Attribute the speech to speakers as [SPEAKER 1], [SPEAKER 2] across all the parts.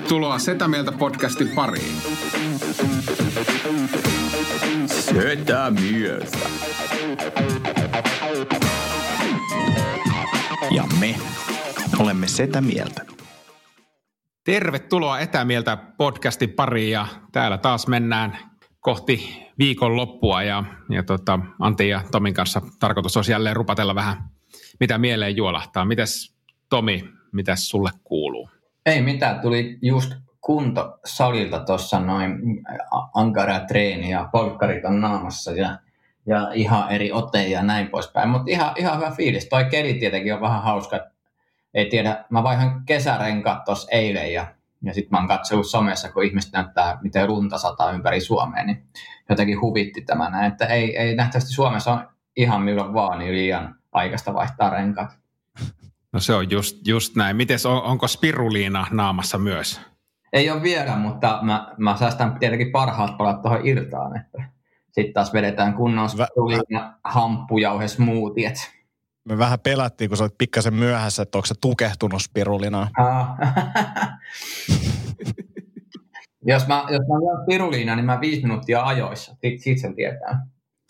[SPEAKER 1] Tervetuloa Setä Mieltä podcastin pariin.
[SPEAKER 2] Setä Mieltä. Ja me olemme Setä Mieltä.
[SPEAKER 1] Tervetuloa Etämieltä podcastin pariin ja täällä taas mennään kohti viikonloppua ja Antin ja Tomin kanssa tarkoitus olisi jälleen rupatella vähän, mitä mieleen juolahtaa. Mites Tomi, mitäs sulle kuuluu?
[SPEAKER 3] Ei mitään, tuli just kuntosalilta tuossa noin ankara treeni ja polkkarit on naamassa ja ihan eri ote ja näin poispäin. Mutta ihan hyvä fiilis. Toi keli tietenkin on vähän hauska. Ei tiedä, mä vaihan kesärenkaat tuossa eilen ja sitten mä oon katsellut somessa, kun ihmiset näyttää, miten lunta sataa ympäri Suomea, niin jotenkin huvitti tämä näin, että ei nähtävästi Suomessa on ihan milloin vaan niin liian aikaista vaihtaa renkaat.
[SPEAKER 1] No se on just näin. Mites, onko spiruliina naamassa myös?
[SPEAKER 3] Ei ole vielä, mutta mä säästän tietenkin parhaat palat tuohon iltaan, että sitten taas vedetään kunnon spiruliina hamppujauhe-smoothiet.
[SPEAKER 2] Me vähän pelättiin, kun sä olet pikkasen myöhässä, että onko se tukehtunut spirulinaan.
[SPEAKER 3] Jos mä olen spiruliina, niin mä 5 minuuttia ajoissa. Siitä sen tietää.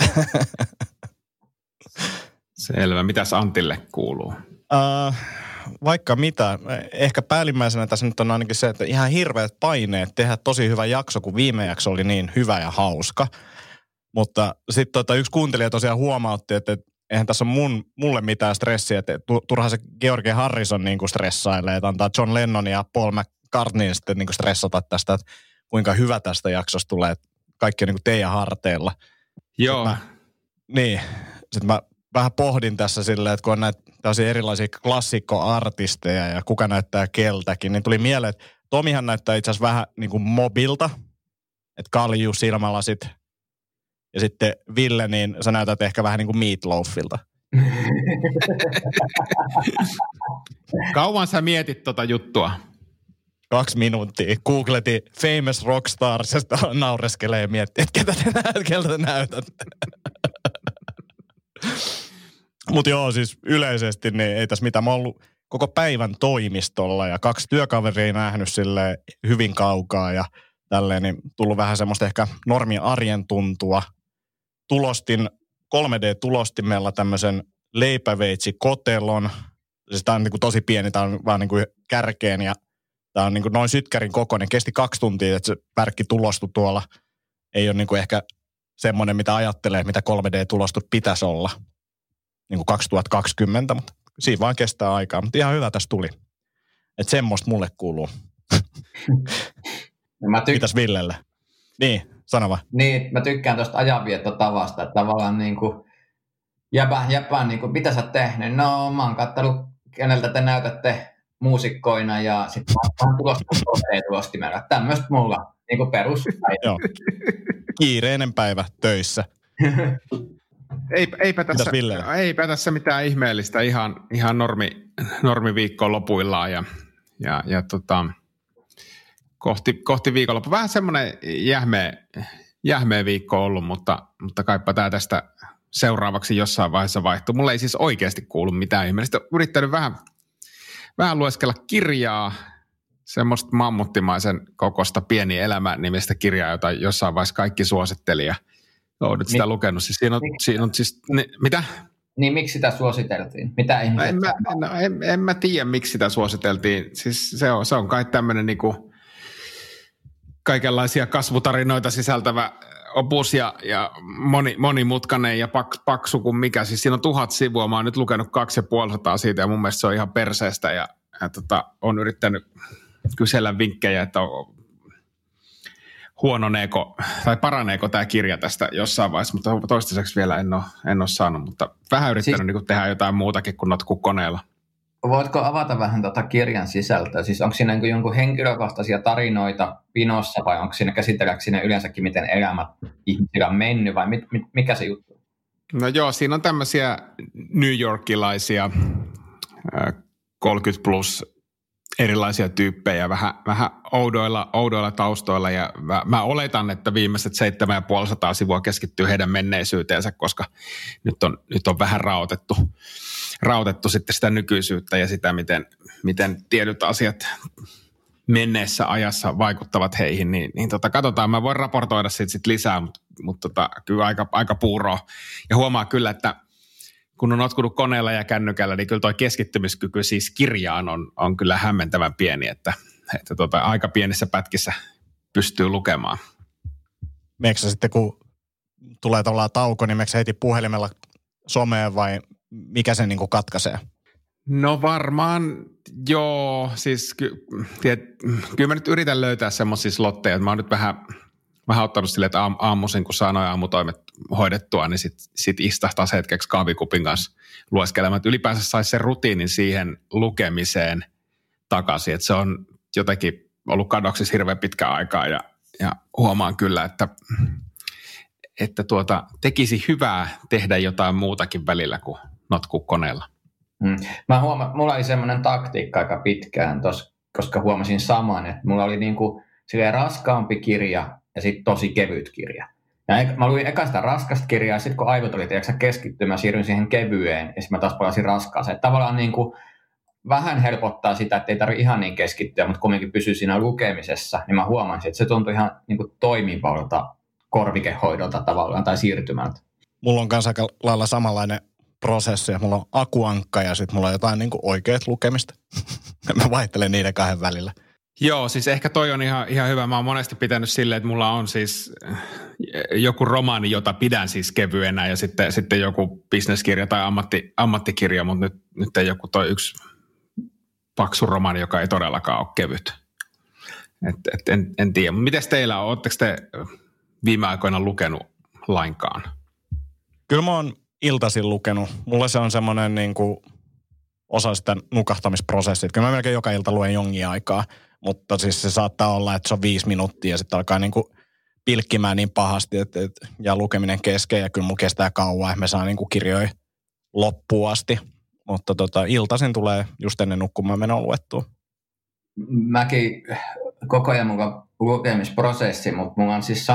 [SPEAKER 1] Selvä. Mitäs Antille kuuluu?
[SPEAKER 2] Vaikka mitä. Ehkä päällimmäisenä tässä nyt on ainakin se, että ihan hirveät paineet tehdä tosi hyvä jakso, kun viime jakso oli niin hyvä ja hauska. Mutta sitten yksi kuuntelija tosiaan huomautti, että eihän tässä ole mulle mitään stressiä, että turhaan se George Harrison niin kuin stressailee, että antaa John Lennon ja Paul McCartneyn sitten niin kuin stressata tästä, että kuinka hyvä tästä jaksosta tulee, että kaikki on niin kuin teidän harteilla.
[SPEAKER 1] Joo.
[SPEAKER 2] Sitten mä vähän pohdin tässä silleen, että kun on näitä tällaisia erilaisia klassikkoartisteja ja kuka näyttää keltäkin, niin tuli mieleen, että Tomihan näyttää itse asiassa vähän niin kuin mobilta, että kalju, silmälasit. Ja sitten Ville, niin sä näytät ehkä vähän niin kuin Meatloafilta.
[SPEAKER 1] Kauan sä mietit tota juttua?
[SPEAKER 2] 2 minuuttia. Googletin famous rockstars ja sitten naureskelee ja miettii, että keltä te näytät. Mutta joo, siis yleisesti niin ei tässä mitään. Mä oon ollut koko päivän toimistolla ja 2 työkaveria nähnyt silleen hyvin kaukaa ja tälleen, niin tullut vähän semmoista ehkä normi arjen tuntua. Tulostin 3D-tulostimella tämmöisen leipäveitsikotelon. Siis tää on niinku tosi pieni, tää on vaan niinku kärkeen ja tää on niinku noin sytkärin kokoinen. Kesti 2 tuntia, että se värkki tulostui tuolla. Ei ole niinku ehkä semmoinen, mitä ajattelee, mitä 3D-tulostus pitäisi olla. Niinku 2020, mutta siinä vaan kestää aikaa. Mutta ihan hyvä tässä tuli. Että semmoista mulle kuuluu. Mitäs Villelle? Niin, sano vaan.
[SPEAKER 3] Niin, mä tykkään tuosta ajanviettotavasta, että tavallaan niinku jäpään niinku, mitä sä oot tehnyt? No, mä oon katsellut, keneltä te näytätte muusikkoina ja sitten mä oon tulostimella. Tämmöistä mulla niinku peruspäivä.
[SPEAKER 2] Joo. Kiireinen päivä töissä.
[SPEAKER 1] Eipä tässä mitään ihmeellistä, ihan normiviikkoon lopuillaan ja kohti viikonloppu. Vähän semmoinen jähmeä viikko on ollut, mutta kaipa tämä tästä seuraavaksi jossain vaiheessa vaihtuu. Mulla ei siis oikeasti kuulu mitään ihmeellistä. Yrittänyt vähän lueskella kirjaa, semmoista mammuttimaisen kokosta Pieni elämä -nimistä kirjaa, jota jossain vaiheessa kaikki suositteli ja olet sitä lukenut. Siis siinä on siis, mitä?
[SPEAKER 3] Niin miksi sitä suositeltiin? Mitä ihmiset
[SPEAKER 1] en mä tiedä, miksi sitä suositeltiin. Siis se on kai tämmöinen niinku kaikenlaisia kasvutarinoita sisältävä opus ja monimutkainen ja paksu kuin mikä. Siis siinä on 1000 sivua. Mä oon nyt lukenut 250 siitä ja mun mielestä se on ihan perseestä ja on yrittänyt kysellä vinkkejä, että huononeeko tai paraneeko tämä kirja tästä jossain vaiheessa, mutta toistaiseksi vielä en ole saanut, mutta vähän yrittänyt niin tehdä jotain muutakin kuin koneella.
[SPEAKER 3] Voitko avata vähän kirjan sisältöä? Siis onko siinä jonkun henkilökohtaisia tarinoita pinossa vai onko siinä käsitelläänkö siinä yleensäkin, miten elämä ihmisillä on mennyt vai mikä se juttu?
[SPEAKER 1] No joo, siinä on tämmöisiä New Yorkilaisia 30 plus erilaisia tyyppejä, vähän oudoilla taustoilla ja mä oletan, että viimeiset 750 sivua keskittyy heidän menneisyyteensä, koska nyt on vähän raotettu sitten sitä nykyisyyttä ja sitä, miten tietyt asiat menneessä ajassa vaikuttavat heihin, niin katsotaan. Mä voin raportoida siitä sit lisää, mutta kyllä aika puuroa. Ja huomaa kyllä, että kun on notkunut koneella ja kännykällä, niin kyllä tuo keskittymiskyky siis kirjaan on kyllä hämmentävän pieni, että aika pienissä pätkissä pystyy lukemaan.
[SPEAKER 2] Meneekö sitten, kun tulee tavallaan tauko, niin meneekö heti puhelimella someen vai mikä sen niin kuin katkaisee?
[SPEAKER 1] No varmaan joo, siis kyllä mä nyt yritän löytää semmoisia slotteja, että mä oon nyt vähän ottanut silleen, että aamuisin, kun saa noin aamutoimet hoidettua, niin sit istahtaa hetkeksi kahvikupin kanssa lueskelemaan. Että ylipäänsä saisi sen rutiinin siihen lukemiseen takaisin, että se on jotenkin ollut kadoksissa hirveän pitkä aikaa ja huomaan kyllä, että tekisi hyvää tehdä jotain muutakin välillä kuin notkuu koneella.
[SPEAKER 3] Mä huomaan, mulla oli semmoinen taktiikka aika pitkään tossa, koska huomasin saman, että mulla oli niinku silleen raskaampi kirja ja sitten tosi kevyt kirja. Ja mä luin eka sitä raskasta kirjaa, ja sitten kun aivot oli keskittyä, mä siirryin siihen kevyeen, ja sitten mä taas palasin raskaaseen. Tavallaan niinku vähän helpottaa sitä, että ei tarvitse ihan niin keskittyä, mutta kumminkin pysyy siinä lukemisessa, niin mä huomasin, että se tuntui ihan niinku toimivalta korvikehoidolta tavallaan tai siirtymältä.
[SPEAKER 2] Mulla on kanssa aika lailla samanlainen prosessi, ja mulla on akuankka ja sitten mulla on jotain niin kuin oikeat lukemista. Mä vaihtelen niiden kahden välillä.
[SPEAKER 1] Joo, siis ehkä toi on ihan hyvä. Mä oon monesti pitänyt silleen, että mulla on siis joku romaani, jota pidän siis kevyenä ja sitten joku bisneskirja tai ammattikirja, mutta nyt ei joku toi yksi paksu romaani, joka ei todellakaan ole kevyt. En tiedä. Mites teillä on? Oletteko te viime aikoina lukenut lainkaan?
[SPEAKER 2] Kyllä mä oon iltaisin lukenut. Mulle se on semmoinen niin kuin osa sitä nukahtamisprosessia. Kyllä mä melkein joka ilta luen jonkin aikaa, mutta siis se saattaa olla, että se on 5 minuuttia ja sitten alkaa niin kuin pilkkimään niin pahasti, ja lukeminen kesken ja kyllä mulla kestää kauan, että me saa niin kuin kirjoja loppuun asti. Mutta iltaisin tulee just ennen nukkumaan menoa luettua.
[SPEAKER 3] Mäkin koko ajan mulla lukemisprosessi, mutta mulla on siis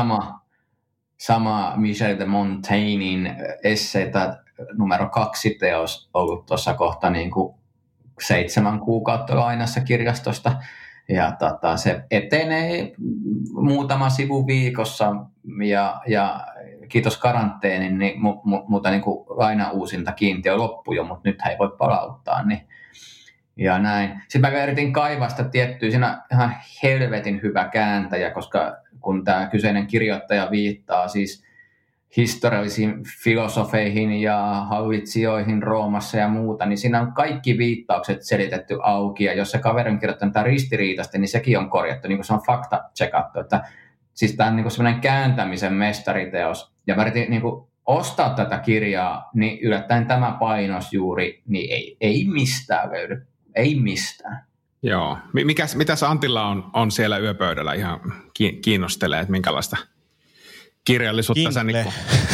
[SPEAKER 3] sama Michel de Montaignein esseitä numero 2 teos ollut tuossa kohta niin kuin 7 kuukautta lainassa kirjastosta. Ja se etenee muutama sivu viikossa ja kiitos karanteenin, niin mutta niin kuin lainauusinta kiintiö loppui jo, mutta nyt ei voi palauttaa. Niin. Ja näin. Sitten mä yritin kaivaa sitä tiettyä, siinä on ihan helvetin hyvä kääntäjä, koska kun tämä kyseinen kirjoittaja viittaa siis historiallisiin filosofeihin ja hallitsijoihin Roomassa ja muuta, niin siinä on kaikki viittaukset selitetty auki, ja jos se kaveri on kirjoittanut tämän ristiriitasta, niin sekin on korjattu, niin kuin se on fakta-checkattu, että siis tämä on niin kuin semmoinen kääntämisen mestariteos, ja mä yritin niin kuin ostaa tätä kirjaa, niin yllättäen tämä painos juuri, niin ei mistään löydy, ei mistään.
[SPEAKER 1] Joo. Mitäs Antilla on siellä yöpöydällä ihan kiinnostelee, että minkälaista kirjallisuutta sä Nikku?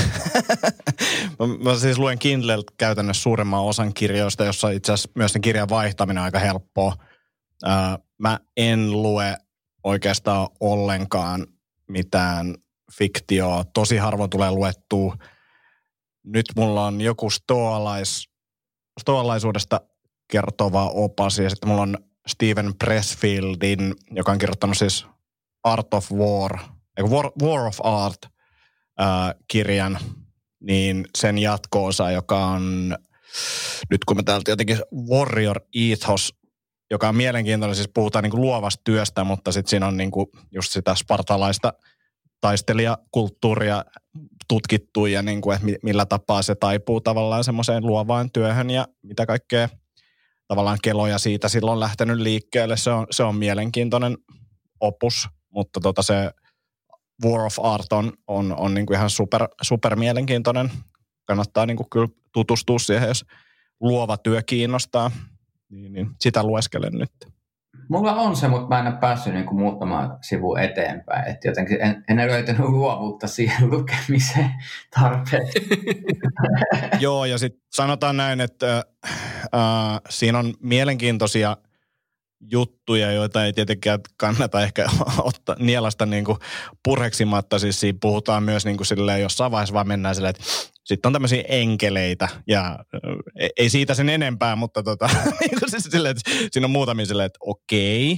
[SPEAKER 2] Mä siis luen Kindleltä käytännössä suuremman osan kirjoista, jossa itse asiassa myös sen kirjan vaihtaminen on aika helppoa. Mä en lue oikeastaan ollenkaan mitään fiktioa. Tosi harvoin tulee luettua. Nyt mulla on joku stoalaisuudesta kertova opas, ja sitten mulla on Steven Pressfieldin, joka on kirjoittanut siis Art of War, War of Art kirjan, niin sen jatko-osa, joka on, nyt kun me täältä jotenkin Warrior Ethos, joka on mielenkiintoinen, siis puhutaan niin kuin luovasta työstä, mutta sitten siinä on niin kuin just sitä spartalaista taistelijakulttuuria tutkittu ja niin kuin, että millä tapaa se taipuu tavallaan semmoiseen luovaan työhön ja mitä kaikkea tavallaan keloja siitä silloin lähtenyt liikkeelle. Se on mielenkiintoinen opus, mutta se War of Art on niin kuin ihan super mielenkiintoinen. Kannattaa niin kuin kyllä tutustua siihen, jos luova työ kiinnostaa. Niin sitä lueskelen nyt.
[SPEAKER 3] Mulla on se, mutta mä en ole päässyt niin kuin muuttamaan sivua eteenpäin. Et jotenkin en löytänyt luovuutta siihen lukemiseen tarpeeksi.
[SPEAKER 2] Joo, ja sitten sanotaan näin, että siinä on mielenkiintoisia juttuja, joita ei tietenkään kannata ehkä nielasta niin kuin purheksimatta. Siis siinä puhutaan myös niin kuin silleen, jossain vaiheessa vaan mennään silleen, että sitten on tämmöisiä enkeleitä ja ei siitä sen enempää, mutta siis silleen, että siinä on muutamia silleen, että okei.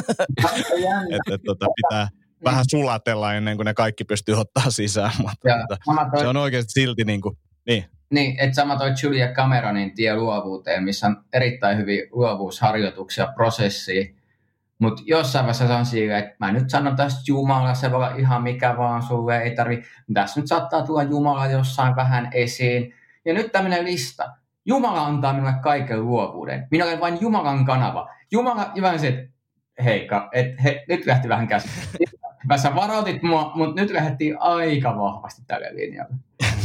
[SPEAKER 2] että pitää vähän sulatella ennen kuin ne kaikki pystyy ottaa sisään, mutta se on oikeasti silti niin kuin, niin.
[SPEAKER 3] Niin, että sama toi Julia Cameronin tie luovuuteen, missä on erittäin hyviä luovuusharjoituksia, prosessia. Mutta jossain vaiheessa se on siinä, että mä nyt sanon tästä Jumala, se voi olla ihan mikä vaan sulle, ei tarvi. Tässä nyt saattaa tulla Jumala jossain vähän esiin. Ja nyt tämmöinen lista. Jumala antaa minulle kaiken luovuuden. Minä olen vain Jumalan kanava. Jumala, ja se, että heikka, nyt lähti vähän käsin. Sä varoitit mua, mutta nyt lähdettiin aika vahvasti tälle linjalle.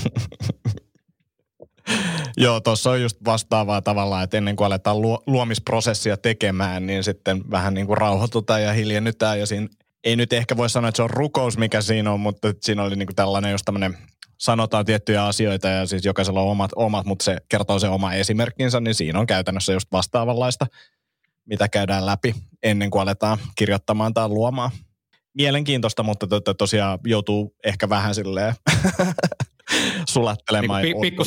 [SPEAKER 2] Joo, tuossa on just vastaavaa tavallaan, että ennen kuin aletaan luomisprosessia tekemään, niin sitten vähän niin kuin rauhoitutaan ja hiljennytään. Ja siinä ei nyt ehkä voi sanoa, että se on rukous, mikä siinä on, mutta siinä oli niin kuin tällainen just tämmöinen, sanotaan tiettyjä asioita ja siis jokaisella on omat, mutta se kertoo se oma esimerkkinsä, niin siinä on käytännössä just vastaavanlaista, mitä käydään läpi ennen kuin aletaan kirjoittamaan tai luomaan. Mielenkiintoista, mutta tosiaan joutuu ehkä vähän silleen sulattelemaan.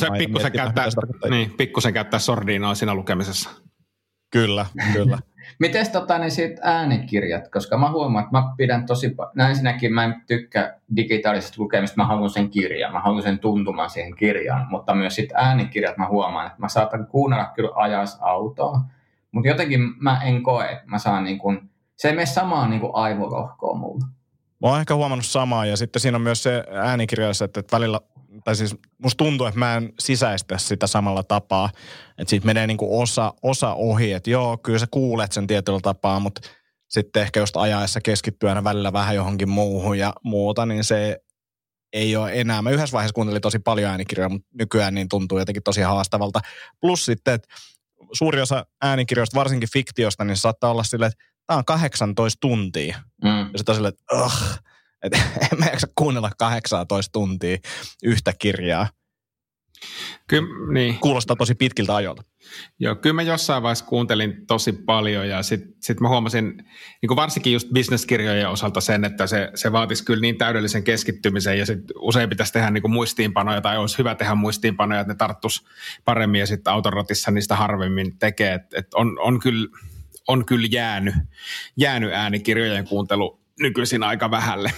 [SPEAKER 1] Pikkusen käyttää sordiinoa siinä lukemisessa.
[SPEAKER 2] Kyllä.
[SPEAKER 3] Mites niin siitä äänikirjat? Koska mä huomaan, että mä pidän ensinnäkin mä en tykkää digitaalisesta lukemista, mä haluan sen kirjan, mä haluan sen tuntumaan siihen kirjaan, mutta myös sitten äänikirjat mä huomaan, että mä saatan kuunnella kyllä ajas autoa, mutta jotenkin mä en koe, että mä saan niin kuin, se ei mene samaan niin kuin aivolohkoon mulle.
[SPEAKER 2] Mä oon ehkä huomannut samaa ja sitten siinä on myös se äänikirjassa, että välillä, tai siis musta tuntuu, että mä en sisäistä sitä samalla tapaa, että siitä menee niinku osa ohi, että joo, kyllä sä kuulet sen tietyllä tapaa, mutta sitten ehkä just ajaessa keskittyy aina välillä vähän johonkin muuhun ja muuta, niin se ei ole enää. Mä yhdessä vaiheessa kuuntelin tosi paljon äänikirjoja, mutta nykyään niin tuntuu jotenkin tosi haastavalta. Plus sitten, että suuri osa äänikirjoista, varsinkin fiktiosta, niin se saattaa olla silleen, että tämä on 18 tuntia. Ja sitten on silleen, että en mä jaksa kuunnella 18 tuntia yhtä kirjaa.
[SPEAKER 1] Kyllä, niin.
[SPEAKER 2] Kuulostaa tosi pitkiltä ajoilta.
[SPEAKER 1] Joo, kyllä mä jossain vaiheessa kuuntelin tosi paljon ja sit mä huomasin niin kuin varsinkin just business-kirjojen osalta sen, että se vaatisi kyllä niin täydellisen keskittymisen ja sitten usein pitäisi tehdä niin kuin muistiinpanoja tai olisi hyvä tehdä muistiinpanoja, että ne tarttuisi paremmin ja sitten autorotissa niistä harvemmin tekee. Et on kyllä jäänyt äänikirjojen kuuntelu nykyisin aika vähälle.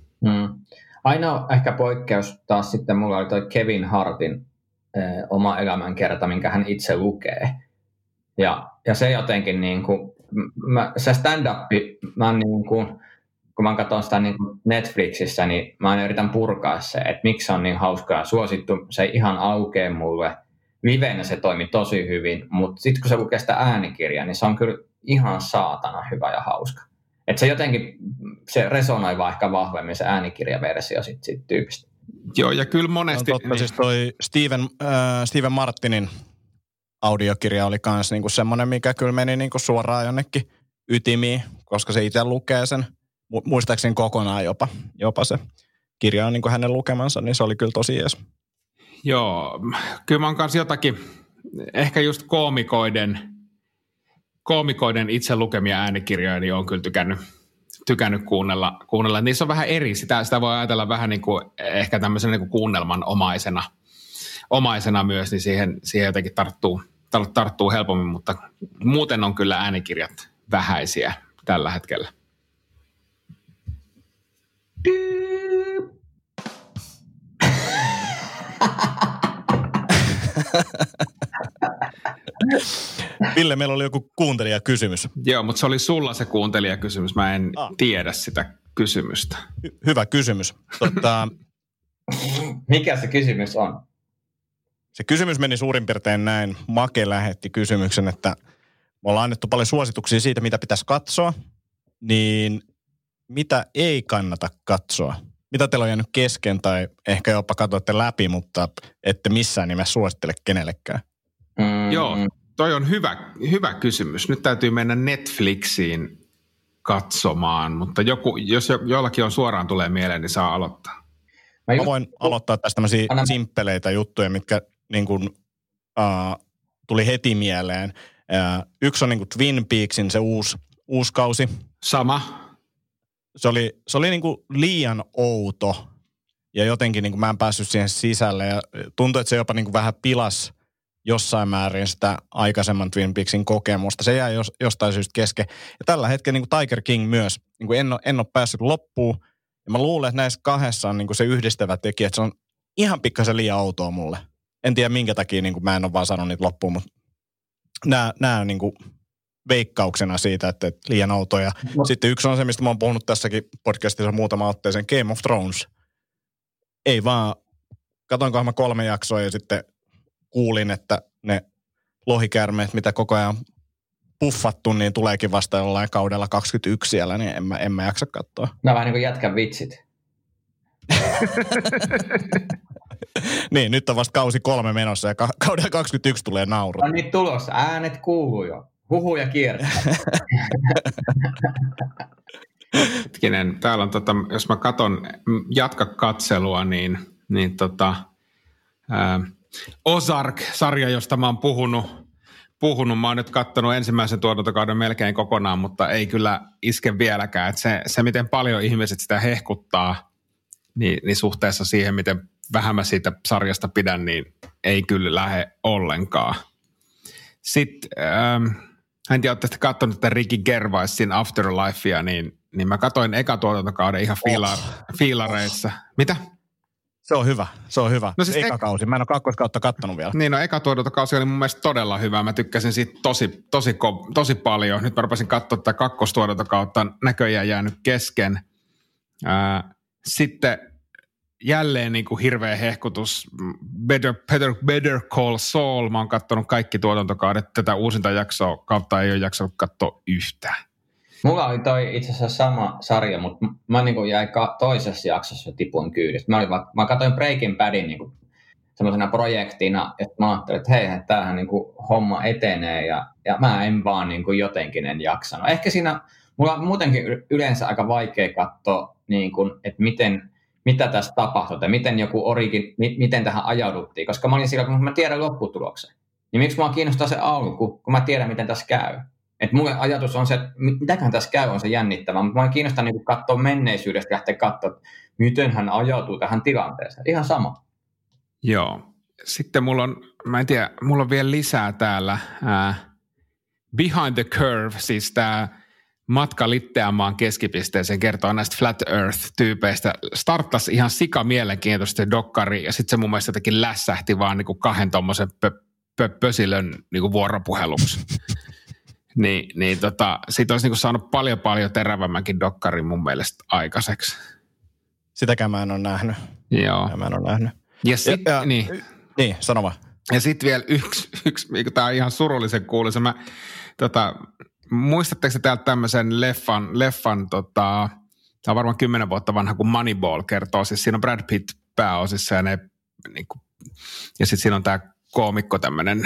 [SPEAKER 3] Ainoa ehkä poikkeus taas sitten mulla oli toi Kevin Hartin oma elämänkerta, minkä hän itse lukee. Ja se jotenkin niin kuin, se stand-up, mä niin kuin, kun mä katson sitä niin kuin Netflixissä, niin mä yritän purkaa se, että miksi se on niin hauskaa ja suosittu. Se ei ihan aukee mulle. Livenä se toimi tosi hyvin, mutta sitten kun se lukee sitä äänikirjaa, niin se on kyllä ihan saatana hyvä ja hauska. Että se jotenkin, se resonoi vaikka vahvemmin se äänikirjaversio siitä tyypistä.
[SPEAKER 1] Joo, ja kyllä monesti...
[SPEAKER 2] On totta, siis toi Steven Martinin audiokirja oli kans niinku semmoinen, mikä kyllä meni niinku suoraan jonnekin ytimiin, koska se itse lukee sen, muistaakseni kokonaan jopa se kirja on niinku hänen lukemansa, niin se oli kyllä tosi jees.
[SPEAKER 1] Joo, kyllä mä oon kanssa jotakin, ehkä just koomikoiden itse lukemia äänikirjoja, niin oon kyllä tykännyt kuunnella. Niissä on vähän eri. Sitä voi ajatella vähän niin kuin ehkä tämmöisen niin kuin kuunnelman omaisena myös, niin siihen jotenkin tarttuu helpommin, mutta muuten on kyllä äänikirjat vähäisiä tällä hetkellä.
[SPEAKER 2] Ville, meillä oli joku kuuntelijakysymys.
[SPEAKER 1] Joo, mutta se oli sulla se kuuntelijakysymys. Mä en tiedä sitä kysymystä.
[SPEAKER 2] Hyvä kysymys.
[SPEAKER 3] Mikä se kysymys on?
[SPEAKER 2] Se kysymys meni suurin piirtein näin. Make lähetti kysymyksen, että me ollaan annettu paljon suosituksia siitä, mitä pitäisi katsoa, niin mitä ei kannata katsoa? Mitä teillä on jäänyt kesken tai ehkä jopa katsoitte läpi, mutta ette missään nimessä suosittele kenellekään?
[SPEAKER 1] Joo, toi on hyvä kysymys. Nyt täytyy mennä Netflixiin katsomaan, mutta jos jollakin on suoraan tulee mieleen, niin saa aloittaa.
[SPEAKER 2] Mä voin aloittaa tästä tämmöisiä simppeleitä juttuja, mitkä niin kuin, tuli heti mieleen. Yksi on niin kuin Twin Peaksin se uusi kausi.
[SPEAKER 1] Sama.
[SPEAKER 2] Se oli niin kuin liian outo Ja jotenkin niin kuin mä en päässyt siihen sisälle ja tuntui, että se jopa niin kuin vähän pilasi jossain määrin sitä aikaisemman Twin Peaksin kokemusta. Se jäi jostain syystä kesken. Ja tällä hetkellä niin kuin Tiger King myös, niin kuin en ole päässyt loppuun. Ja mä luulen, että näissä kahdessa on niin kuin se yhdistävä tekijä, että se on ihan pikkasen liian outoa mulle. En tiedä minkä takia niin kuin mä en ole vaan sanonut niitä loppuun, mutta nämä on niin kuin veikkauksena siitä, että liian outoja. Sitten yksi on se, mistä mä oon puhunut tässäkin podcastissa muutama otteeseen, Game of Thrones. Ei vaan, katoinkohan mä 3 jaksoa ja sitten kuulin, että ne lohikäärmeet, mitä koko ajan puffattu, niin tuleekin vasta jollain kaudella 21 siellä, niin en mä jaksa katsoa.
[SPEAKER 3] Nämä vähän niin kuin jätkän vitsit.
[SPEAKER 2] Niin, nyt on vasta kausi 3 menossa ja kaudella 21 tulee naurut.
[SPEAKER 3] No niin tulossa, äänet kuuluu jo. Huhuja kiertää.
[SPEAKER 1] Hetkinen, täällä on jos mä katon jatka katselua, niin Ozark-sarja, josta mä oon puhunut. Mä oon nyt kattonut ensimmäisen tuotantokauden melkein kokonaan, mutta ei kyllä iske vieläkään. Että se, miten paljon ihmiset sitä hehkuttaa, niin suhteessa siihen, miten vähän mä siitä sarjasta pidän, niin ei kyllä lähde ollenkaan. Sitten, en tiedä, olette katsonut tätä Ricky Gervaisin Afterlifea, niin mä katsoin eka tuotantokauden ihan fiilareissa. Mitä?
[SPEAKER 2] Se on hyvä. No siis eka kausi. Mä en ole kakkoskautta kattonut vielä.
[SPEAKER 1] Niin, eka tuotantokausi oli mun mielestä todella hyvä. Mä tykkäsin siitä tosi paljon. Nyt mä rupesin katsoa tätä kakkostuotantokautta. Näköjään jäänyt kesken. Sitten jälleen niin kuin hirveä hehkutus. Better Call Saul. Mä oon katsonut kaikki tuotantokaudet. Tätä uusinta jaksoa kautta ei ole jaksanut katsoa yhtään.
[SPEAKER 3] Mulla oli toi itse asiassa sama sarja, mutta mä niin kuin jäin toisessa jaksossa tipuin kyydistä. Mä katsoin Breaking Badin niin kuin semmoisena projektina, että mä ajattelin, että hei, tämähän niin kuin homma etenee ja mä en vaan niin kuin jotenkin en jaksanut. Ehkä siinä mulla on muutenkin yleensä aika vaikea katsoa, niin kuin, että mitä tässä tapahtui ja miten tähän ajauduttiin. Koska mä olin siellä, kun mä tiedän lopputuloksen. Niin miksi mua kiinnostaa se alku, kun mä tiedän, miten tässä käy. Että mulle ajatus on se, että mitäköhän tässä käy, on se jännittävää. Mutta mua kiinnostaa niin katsoa menneisyydestä ja lähteä katsoa, miten hän ajautuu tähän tilanteeseen. Ihan sama.
[SPEAKER 1] Joo. Sitten mulla on vielä lisää täällä Behind the Curve, siis tämä matka Litteämaan keskipisteeseen kertoo näistä Flat Earth-tyypeistä. Starttasi ihan sika mielenkiintoisesti dokkari ja sitten se mun mielestä jotenkin lässähti vaan niin kuin 2 tommosen pösilön niin kuin vuoropuheluksi. Siitä olisi niin kuin saanut paljon terävämmänkin dokkarin mun mielestä aikaiseksi.
[SPEAKER 2] Sitäkään mä en ole nähnyt.
[SPEAKER 1] Joo. Ja
[SPEAKER 2] niin, sano vaan.
[SPEAKER 1] Ja sitten vielä yksi tämä on ihan surullisen kuuluisa. Muistatteko täältä tämmöisen leffan tämä on varmaan 10 vuotta vanha, kun Moneyball kertoo. Siis siinä on Brad Pitt pääosissa ja sitten siinä on tämä koomikko tämmöinen,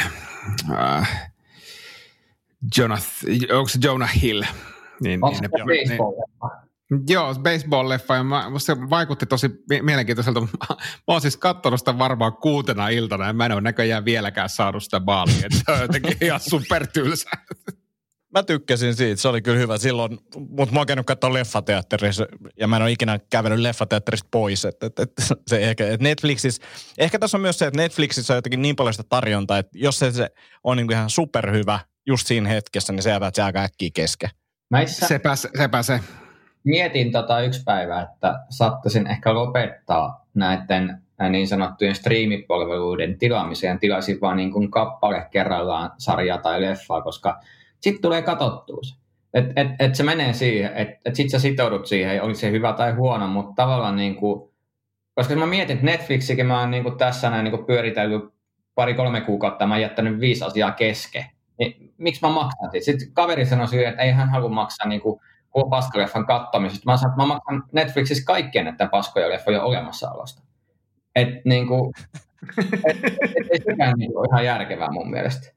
[SPEAKER 1] onko se Jonah Hill?
[SPEAKER 3] Onko se baseball-leffa?
[SPEAKER 1] Joo, baseball-leffa, ja musta se vaikutti tosi mielenkiintoiselta. Mä oon siis katsonut sitä varmaan 6 iltana, ja mä en ole näköjään vieläkään saanut sitä baaliin, että se on jotenkin ihan supertylsä.
[SPEAKER 2] Mä tykkäsin siitä, se oli kyllä hyvä silloin, mutta mä oon käynyt katsoa leffateatterissa, ja mä en ole ikinä kävellyt leffateatterista pois, että Netflixissä, ehkä tässä on myös se, että Netflixissä on jotenkin niin paljon sitä tarjontaa, että jos se on niin kuin ihan superhyvä just siinä hetkessä, niin se jätät se aika äkkiä kesken.
[SPEAKER 1] Sepä se.
[SPEAKER 3] Mietin yksi päivä, että saattaisin ehkä lopettaa näiden niin sanottujen striimipalveluiden tilaamiseen. Tilaisin vaan niin kuin kappale kerrallaan sarjaa tai leffaa, koska sitten tulee katsottua se. Et se menee siihen, että sitten sä sitoudut siihen, oli se hyvä tai huono, mutta tavallaan niin kuin, koska mä mietin, että Netflixikin mä oon niin kuin tässä näin niin kuin pyöritellyt 2-3 kuukautta, mä oon jättänyt 5 asiaa kesken. Niin, miksi mä maksan siitä? Sitten kaveri sanoi siihen, että ei hän halua maksaa niin kuin paskaleffan katsomisesta. Mä sanoin, että mä maksan Netflixissä kaikkien näiden paskoja leffoja olemassaolosta. Että niinku, ei sekään niinku ihan järkevää mun mielestä.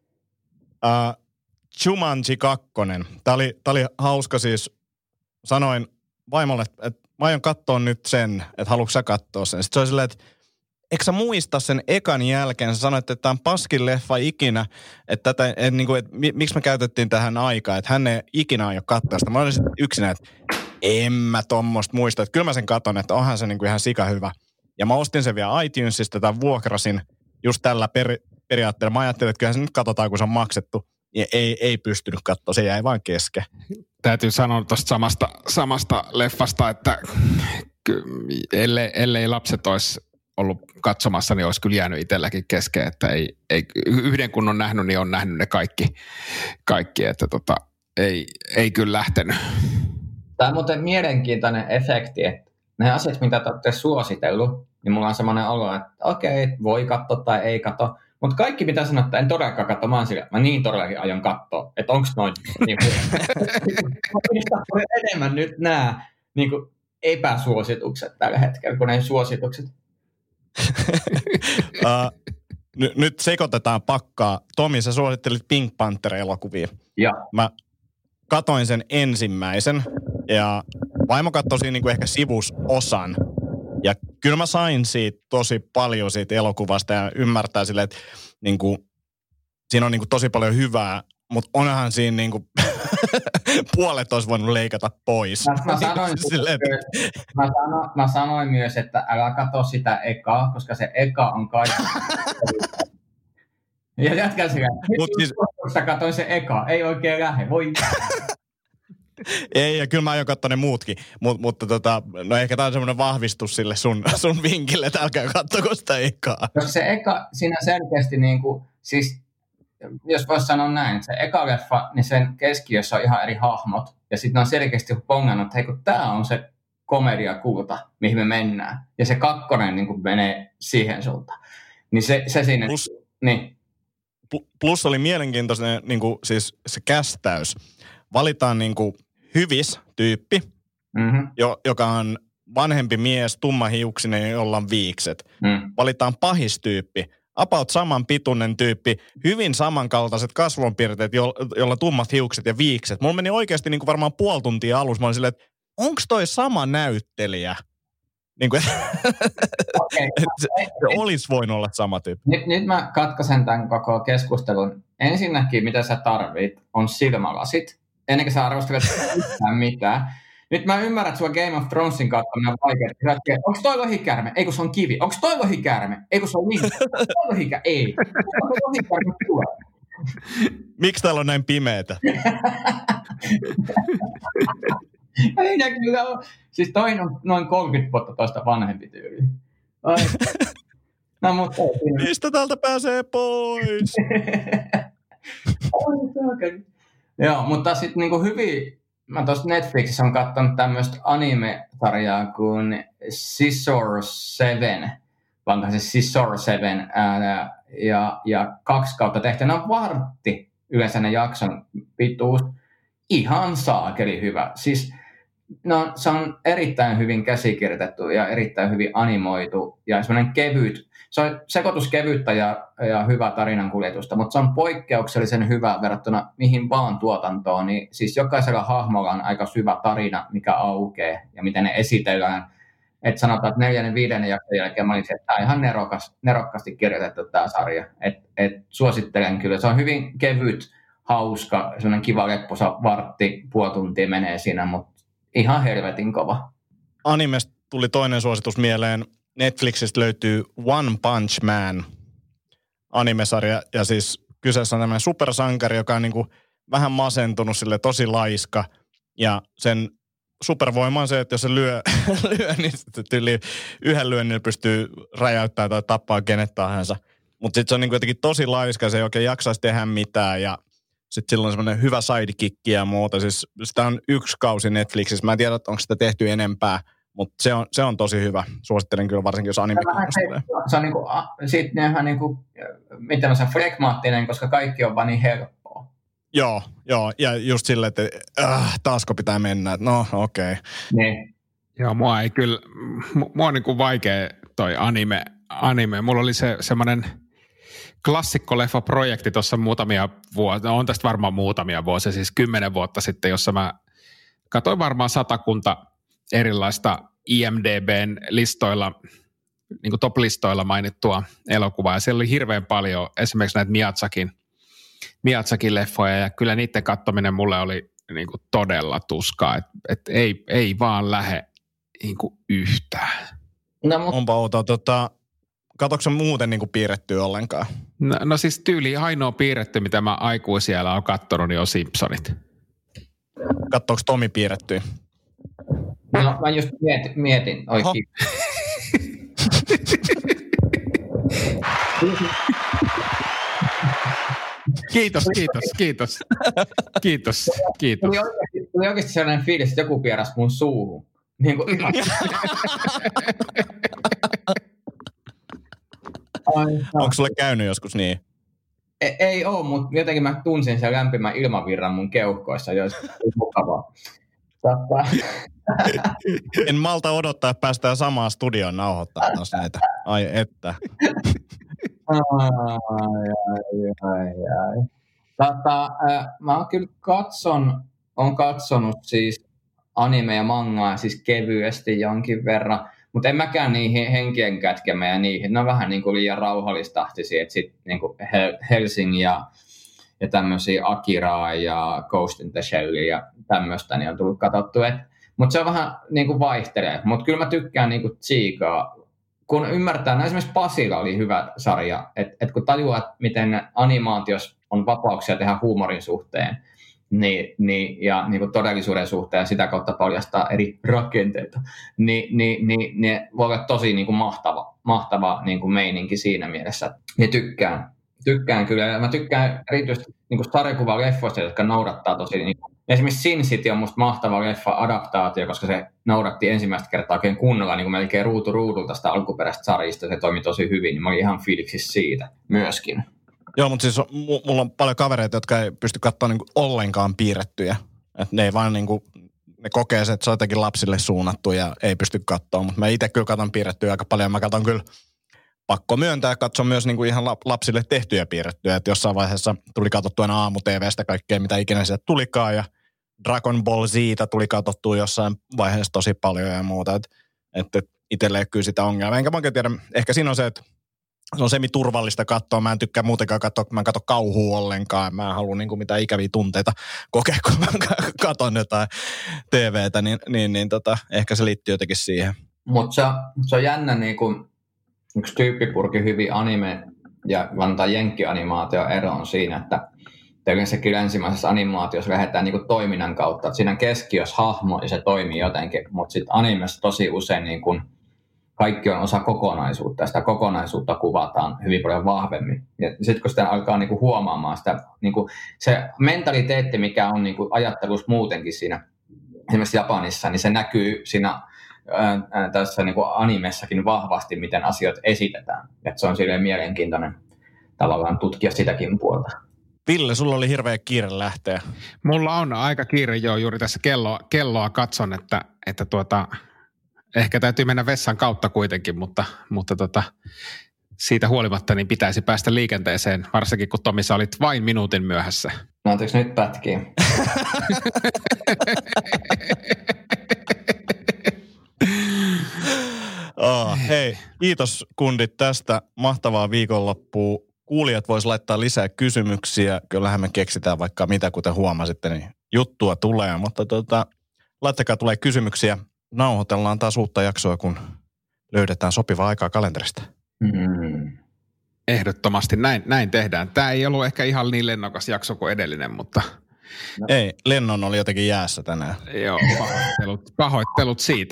[SPEAKER 2] Jumanji 2. Tää oli hauska siis. Sanoin vaimolle, että mä aion katsoa nyt sen, että haluatko sä katsoa sen. Sitten se oli silleen, että eikö sä muista sen ekan jälkeen? Sä sanoit, että tämä on paskin leffa ikinä, että miksi me käytettiin tähän aikaa, että hän ei ikinä aio katsoa sitä. Mä olin sitten yksinä, että en mä tommoista muista. Että kyllä mä sen katon, että onhan se niinku ihan sika hyvä. Ja mä ostin sen vielä iTunesista tai vuokrasin just tällä periaatteella. Mä ajattelin, että kyllähän se nyt katsotaan, kun se on maksettu. Ja ei pystynyt katsoa, se jäi vaan kesken.
[SPEAKER 1] Täytyy sanoa tuosta samasta leffasta, että ellei lapset olisi ollut katsomassa, niin olisi kyllä jäänyt itselläkin kesken, että ei yhden kun on nähnyt, niin on nähnyt ne kaikki että ei kyllä lähtenyt.
[SPEAKER 3] Tämä on muuten mielenkiintoinen efekti, että ne asiat, mitä te olette suositellut, niin mulla on semmoinen olo, että okei, voi katsoa tai ei katsoa, mutta kaikki mitä sanoo, että en todellakaan katso, mä niin todellakin aion katsoa, että onko noin niin enemmän nyt nämä niin kuin epäsuositukset tällä hetkellä, kuin ne suositukset.
[SPEAKER 2] Nyt sekoitetaan pakkaa. Tomi, sä suosittelit Pink Panther-elokuvia.
[SPEAKER 3] Ja.
[SPEAKER 2] Mä katoin sen ensimmäisen ja vaimo katsoi siinä niinku ehkä sivusosan. Ja kyllä mä sain siitä tosi paljon siitä elokuvasta ja ymmärtää silleen, että niinku, siinä on niinku tosi paljon hyvää, mutta onhan siinä niinku puolet olisi voinut leikata pois.
[SPEAKER 3] Mä sanoin myös, että älä katso sitä ekaa, koska se eka on kaikki. Ja jätkää sillä, nyt katsoin se eka, ei oikein lähde, voi.
[SPEAKER 2] Ei, ja kyllä mä aion katsoa ne muutkin, mutta no ehkä tämä on semmoinen vahvistus sille sun vinkille, että älkää katsoko sitä ekaa.
[SPEAKER 3] Koska se eka, siinä selkeästi niinku, siis jos voisi sanoa näin, se eka leffa, niin sen keskiössä on ihan eri hahmot, ja sitten on selkeästi pongannut, että hei, kun tämä on se komediakulta, mihin me mennään, ja se kakkonen niin kuin menee siihen suuntaan. Niin se siinä, niin.
[SPEAKER 2] Plus oli mielenkiintoinen niin kuin, siis se kästäys. Valitaan niin kuin hyvis-tyyppi, joka on vanhempi mies, tummahiuksinen, jolla on viikset. Valitaan pahistyyppi, about saman pituinen tyyppi, hyvin samankaltaiset kasvonpiirteet, jolla tummat hiukset ja viikset. Mulla meni oikeasti niin kuin varmaan puoli tuntia alussa. Mä olin silleen, että onko toi sama näyttelijä? Niin kuin, se olisi voinut olla sama tyyppi.
[SPEAKER 3] Nyt mä katkaisen tämän koko keskustelun. Ensinnäkin, mitä sä tarvit, on silmälasit. Ennen kuin sä arvostelet mitään. Nyt mä ymmärrän, että sulla Game of Thronesin katsominen on vaikeaa. Onko toi lohikärme? Ei kun se on kivi. Onko toi lohikärme? Ei kun se on liivi. Onko toi lohikärme? Ei. Onko lohikärme tulee?
[SPEAKER 2] Miksi täällä on näin pimeätä?
[SPEAKER 3] Ei ne kyllä ole. Siis toi on noin 30 vuotta toista vanhempi tyyli. No mutta ei.
[SPEAKER 2] Mistä täältä pääsee pois?
[SPEAKER 3] Joo, mutta sitten niinku hyvin, mä tuossa Netflixissä on katsonut tämmöistä anime-sarjaa kuin Scissor 7, vanka se Scissor 7, ja 2 kautta tehty. On vartti yleensä ne jakson pituus. Ihan saakeli hyvä. Siis no, se on erittäin hyvin käsikirjoitettu ja erittäin hyvin animoitu ja semmoinen kevyt. Se on sekoitus kevyttä ja hyvää tarinankuljetusta, mutta se on poikkeuksellisen hyvä verrattuna mihin vaan tuotantoon. Niin siis jokaisella hahmolla on aika syvä tarina, mikä aukeaa ja miten ne esitellään. Että sanotaan, että 4.5. jakson jälkeen mä olisin, että tämä on ihan nerokkaasti kirjoitettu tämä sarja. Et suosittelen kyllä. Se on hyvin kevyt, hauska, semmoinen kiva lepposa vartti, puoli tuntia menee siinä, mutta ihan helvetin kova.
[SPEAKER 2] Animesta tuli toinen suositus mieleen. Netflixistä löytyy One Punch Man animesarja, ja siis kyseessä on tämmöinen supersankari, joka on niinku vähän masentunut, sille tosi laiska, ja sen supervoima on se, että jos se lyö niin yli yhden lyönnillä pystyy räjäyttämään tai tappaa kenet tahansa. Mutta sitten se on niinku jotenkin tosi laiska, se ei oikein jaksaisi tehdä mitään, ja sitten sillä on semmoinen hyvä sidekick ja muuta. Siis sitä on 1 kausi Netflixissä. Mä en tiedä, onko sitä tehty enempää, mutta se on tosi hyvä. Suosittelen kyllä varsinkin, jos anime kiinnostaa.
[SPEAKER 3] Se on niinku, sitten ihan niinku, miten mä sanon, flegmaattinen, koska kaikki on vaan niin helppoa.
[SPEAKER 2] Joo, ja just silleen, että taasko pitää mennä, että no okei. Okay.
[SPEAKER 3] Niin.
[SPEAKER 1] Joo, mua on niinku vaikea toi anime. Mulla oli semmoinen klassikkoleffa-projekti tuossa muutamia vuosia, on tästä varmaan muutamia vuosia, siis 10 vuotta sitten, jossa mä katsoin varmaan 100 erilaista IMDb:n listoilla, niin kuin top-listoilla mainittua elokuvaa, ja siellä oli hirveän paljon esimerkiksi näitä Miyazakin leffoja, ja kyllä niiden katsominen mulle oli niin kuin todella tuskaa, että ei vaan lähde niin kuin yhtään.
[SPEAKER 2] Onpa outoa. Katoksen muuten niin kuin piirrettyä ollenkaan?
[SPEAKER 1] No siis tyyli ainoa piirretty, mitä mä aikuisiellä on kattonut, niin on Simpsonit.
[SPEAKER 2] Katsoinko Tomi piirrettyä?
[SPEAKER 3] No mä just mietin oikein.
[SPEAKER 1] Kiitos.
[SPEAKER 3] Tuli oikeasti sellainen fiilis, että joku pieräsi mun suuhun. Niin kuin ihan.
[SPEAKER 2] Onko sulle käynyt joskus niin?
[SPEAKER 3] Ei ole, mutta jotenkin mä tunsin sen lämpimän ilmavirran mun keuhkoissa, jos oli mukavaa.
[SPEAKER 2] En malta odottaa, että päästään samaan studioon nauhoittamaan taas näitä. Ai että.
[SPEAKER 3] Mä oon kyllä katsonut siis anime ja mangaa siis kevyesti jonkin verran, mutta en mäkään niihin henkien kätkemään ja niihin. Ne on vähän niin kuin liian rauhallistahtisia, että sitten niin kuin Helsing ja tämmöisiä Akiraa ja Ghost in the Shell ja tämmöistä niin on tullut katsottu. Mutta se on vähän niin kuin vaihtelee. Mutta kyllä mä tykkään niin kuin Chiikaa. Kun ymmärtää, no esimerkiksi Pasilla oli hyvä sarja, että kun tajuaa, miten animaatiossa on vapauksia tehdä huumorin suhteen ja niin kuin todellisuuden suhteen ja sitä kautta paljastaa eri rakenteita, niin ne voi olla tosi niin kuin mahtava niin kuin meininki siinä mielessä. Ja tykkään kyllä. Ja mä tykkään erityisesti niin kuin sarjakuva-leffoista, jotka noudattaa tosi. Niin esimerkiksi Sin City on musta mahtava leffa-adaptaatio, koska se noudatti ensimmäistä kertaa oikein kunnolla niin kuin melkein ruudulta sitä alkuperäistä sarjista. Se toimi tosi hyvin, niin mä olin ihan fiiliksissä siitä myöskin.
[SPEAKER 2] Joo, mutta siis mulla on paljon kavereita, jotka ei pysty katsoa niin kuin ollenkaan piirrettyjä. Et ne ei vaan niin kuin, ne kokee se, että se on jotenkin lapsille suunnattu ja ei pysty katsoa. Mutta mä itse kyllä katson piirrettyä aika paljon. Mä katson kyllä, pakko myöntää, katson myös niin kuin ihan lapsille tehtyjä piirrettyjä. Että jossain vaiheessa tuli katsottua aina aamu-tv:stä kaikkea, mitä ikinä sieltä tulikaan. Ja Dragon Ball Z:tä tuli katsottua jossain vaiheessa tosi paljon ja muuta. Että itselle ei kyllä sitä ongelmaa. Enkä mä oikein tiedä, ehkä siinä on se, että se on semi-turvallista katsoa. Mä en tykkää muutenkaan katsoa, kun mä en katso kauhua ollenkaan. Mä en halua niin kuin mitään ikäviä tunteita kokea, kun mä katson jotain TVtä, niin ehkä se liittyy jotenkin siihen.
[SPEAKER 3] Mutta se on jännä, niin kun yksi tyyppi purki hyvin anime ja antaa jenkki-animaatio eroon siinä, että yleensäkin ensimmäisessä animaatiossa lähdetään niin kuin toiminnan kautta. Että siinä on keskiössä hahmo ja se toimii jotenkin, mutta sitten animessa tosi usein niin kun kaikki on osa kokonaisuutta ja sitä kokonaisuutta kuvataan hyvin paljon vahvemmin. Ja sitten kun sitä alkaa niinku huomaamaan sitä, niinku se mentaliteetti, mikä on niinku ajattelussa muutenkin siinä, esimerkiksi Japanissa, niin se näkyy siinä tässä niinku animessakin vahvasti, miten asioita esitetään. Et se on silleen mielenkiintoinen tavallaan tutkia sitäkin puolta.
[SPEAKER 2] Ville, sulla oli hirveä kiire lähteä.
[SPEAKER 1] Mulla on aika kiire jo juuri tässä kelloa katson, että ehkä täytyy mennä vessan kautta kuitenkin, mutta siitä huolimatta niin pitäisi päästä liikenteeseen, varsinkin kun Tomi, sä olit vain minuutin myöhässä.
[SPEAKER 3] No anteeksi nyt pätkii.
[SPEAKER 2] Hei, kiitos kundit tästä. Mahtavaa viikonloppua. Kuulijat vois laittaa lisää kysymyksiä. Kyllähän me keksitään vaikka mitä, kuten huomasitte, niin juttua tulee. Mutta laittakaa tulee kysymyksiä. Nauhoitellaan taas uutta jaksoa, kun löydetään sopivaa aikaa kalenterista.
[SPEAKER 1] Ehdottomasti näin tehdään. Tämä ei ollut ehkä ihan niin lennokas jakso kuin edellinen, mutta...
[SPEAKER 2] Ei, Lennon oli jotenkin jäässä tänään.
[SPEAKER 1] Joo, pahoittelut siitä.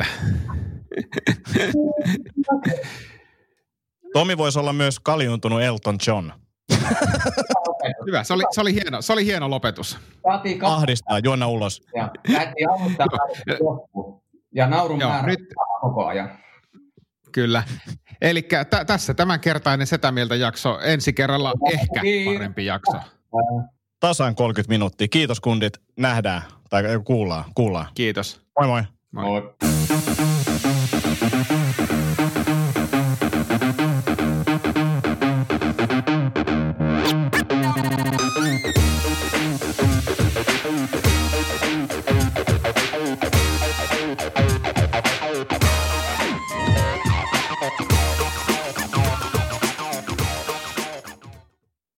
[SPEAKER 2] Tomi voisi olla myös kaljuuntunut Elton John.
[SPEAKER 1] Hyvä, se oli hieno lopetus.
[SPEAKER 2] Ahdistaa, juona ulos.
[SPEAKER 3] Lähdettiin aamuttaa loppuun. Ja naurun määrä koko ajan.
[SPEAKER 1] Kyllä. Eli tässä tämänkertainen Setä Mieltä -jakso. Ensi kerralla ehkä parempi jakso.
[SPEAKER 2] Tasan 30 minuuttia. Kiitos kundit. Nähdään. Tai kuullaan.
[SPEAKER 1] Kiitos.
[SPEAKER 2] Moi moi.
[SPEAKER 3] Moi.